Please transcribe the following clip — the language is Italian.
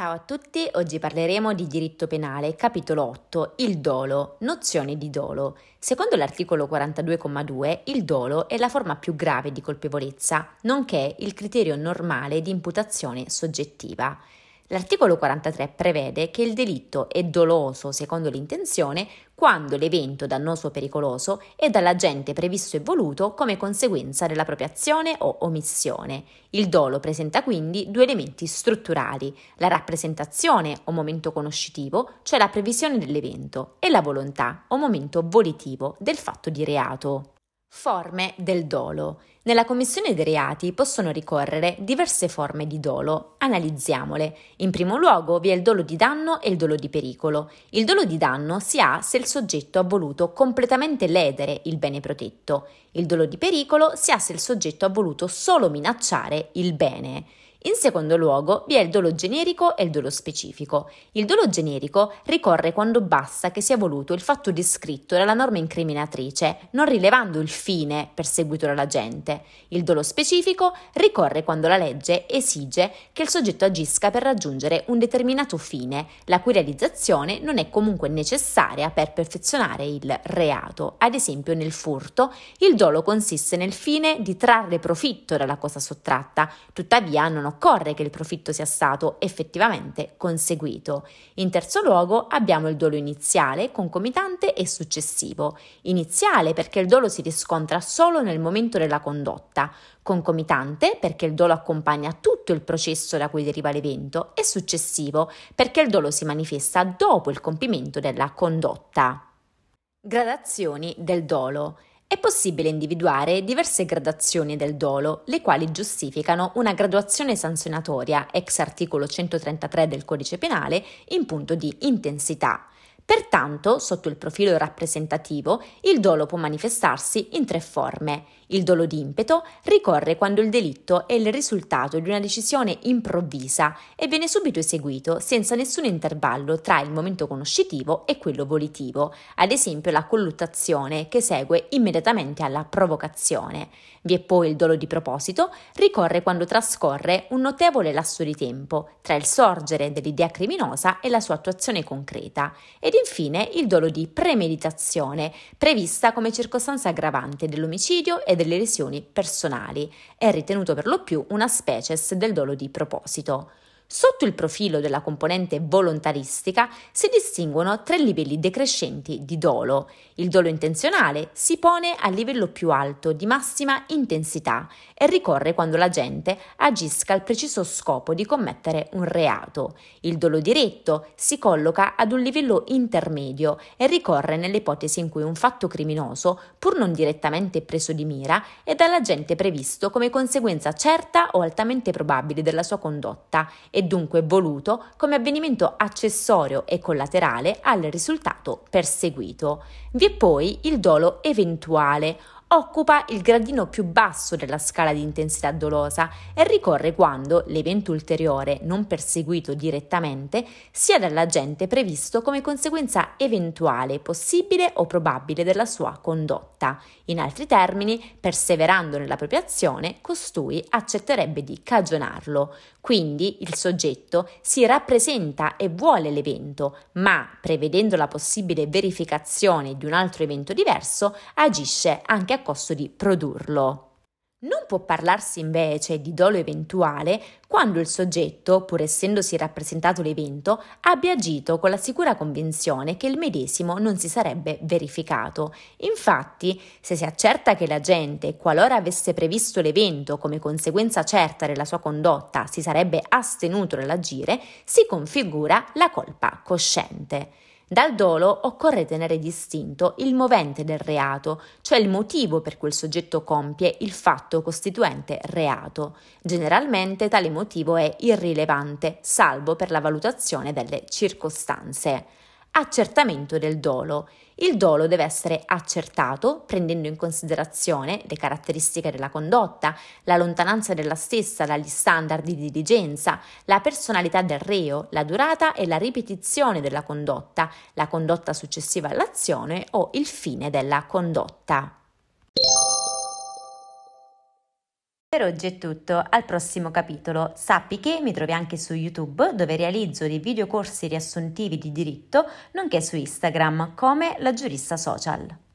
Ciao a tutti, oggi parleremo di diritto penale, capitolo 8, il dolo, nozione di dolo. Secondo l'articolo 42,2, il dolo è la forma più grave di colpevolezza, nonché il criterio normale di imputazione soggettiva. L'articolo 43 prevede che il delitto è doloso secondo l'intenzione quando l'evento dannoso o pericoloso è dall'agente previsto e voluto come conseguenza della propria azione o omissione. Il dolo presenta quindi due elementi strutturali: la rappresentazione o momento conoscitivo, cioè la previsione dell'evento, e la volontà o momento volitivo del fatto di reato. Forme del dolo. Nella commissione dei reati possono ricorrere diverse forme di dolo. Analizziamole. In primo luogo vi è il dolo di danno e il dolo di pericolo. Il dolo di danno si ha se il soggetto ha voluto completamente ledere il bene protetto. Il dolo di pericolo si ha se il soggetto ha voluto solo minacciare il bene. In secondo luogo vi è il dolo generico e il dolo specifico. Il dolo generico ricorre quando basta che sia voluto il fatto descritto dalla norma incriminatrice, non rilevando il fine perseguito dall'agente. Il dolo specifico ricorre quando la legge esige che il soggetto agisca per raggiungere un determinato fine, la cui realizzazione non è comunque necessaria per perfezionare il reato. Ad esempio, nel furto, il dolo consiste nel fine di trarre profitto dalla cosa sottratta, tuttavia non occorre che il profitto sia stato effettivamente conseguito. In terzo luogo abbiamo il dolo iniziale, concomitante e successivo. Iniziale perché il dolo si riscontra solo nel momento della condotta, concomitante perché il dolo accompagna tutto il processo da cui deriva l'evento e successivo perché il dolo si manifesta dopo il compimento della condotta. Gradazioni del dolo. È possibile individuare diverse gradazioni del dolo, le quali giustificano una graduazione sanzionatoria ex articolo 133 del Codice Penale in punto di intensità. Pertanto, sotto il profilo rappresentativo, il dolo può manifestarsi in tre forme. Il dolo di impeto ricorre quando il delitto è il risultato di una decisione improvvisa e viene subito eseguito senza nessun intervallo tra il momento conoscitivo e quello volitivo, ad esempio la colluttazione che segue immediatamente alla provocazione. Vi è poi il dolo di proposito, ricorre quando trascorre un notevole lasso di tempo tra il sorgere dell'idea criminosa e la sua attuazione concreta. Ed infine il dolo di premeditazione, prevista come circostanza aggravante dell'omicidio e delle lesioni personali. È ritenuto per lo più una species del dolo di proposito. Sotto il profilo della componente volontaristica si distinguono tre livelli decrescenti di dolo. Il dolo intenzionale si pone al livello più alto di massima intensità e ricorre quando l'agente agisca al preciso scopo di commettere un reato. Il dolo diretto si colloca ad un livello intermedio e ricorre nelle ipotesi in cui un fatto criminoso, pur non direttamente preso di mira, è dall'agente previsto come conseguenza certa o altamente probabile della sua condotta e dunque voluto come avvenimento accessorio e collaterale al risultato perseguito. Vi è poi il dolo eventuale. Occupa il gradino più basso della scala di intensità dolosa e ricorre quando l'evento ulteriore non perseguito direttamente sia dall'agente previsto come conseguenza eventuale, possibile o probabile della sua condotta. In altri termini, perseverando nella propria azione, costui accetterebbe di cagionarlo. Quindi il soggetto si rappresenta e vuole l'evento, ma prevedendo la possibile verificazione di un altro evento diverso, agisce anche a costo di produrlo. Non può parlarsi invece di dolo eventuale quando il soggetto, pur essendosi rappresentato l'evento, abbia agito con la sicura convinzione che il medesimo non si sarebbe verificato. Infatti, se si accerta che l'agente, qualora avesse previsto l'evento come conseguenza certa della sua condotta, si sarebbe astenuto dall'agire, si configura la colpa cosciente. Dal dolo occorre tenere distinto il movente del reato, cioè il motivo per cui il soggetto compie il fatto costituente reato. Generalmente tale motivo è irrilevante, salvo per la valutazione delle circostanze. Accertamento del dolo. Il dolo deve essere accertato prendendo in considerazione le caratteristiche della condotta, la lontananza della stessa dagli standard di diligenza, la personalità del reo, la durata e la ripetizione della condotta, la condotta successiva all'azione o il fine della condotta. Per oggi è tutto, al prossimo capitolo. Sappi che mi trovi anche su YouTube, dove realizzo dei videocorsi riassuntivi di diritto, nonché su Instagram come La Giurista Social.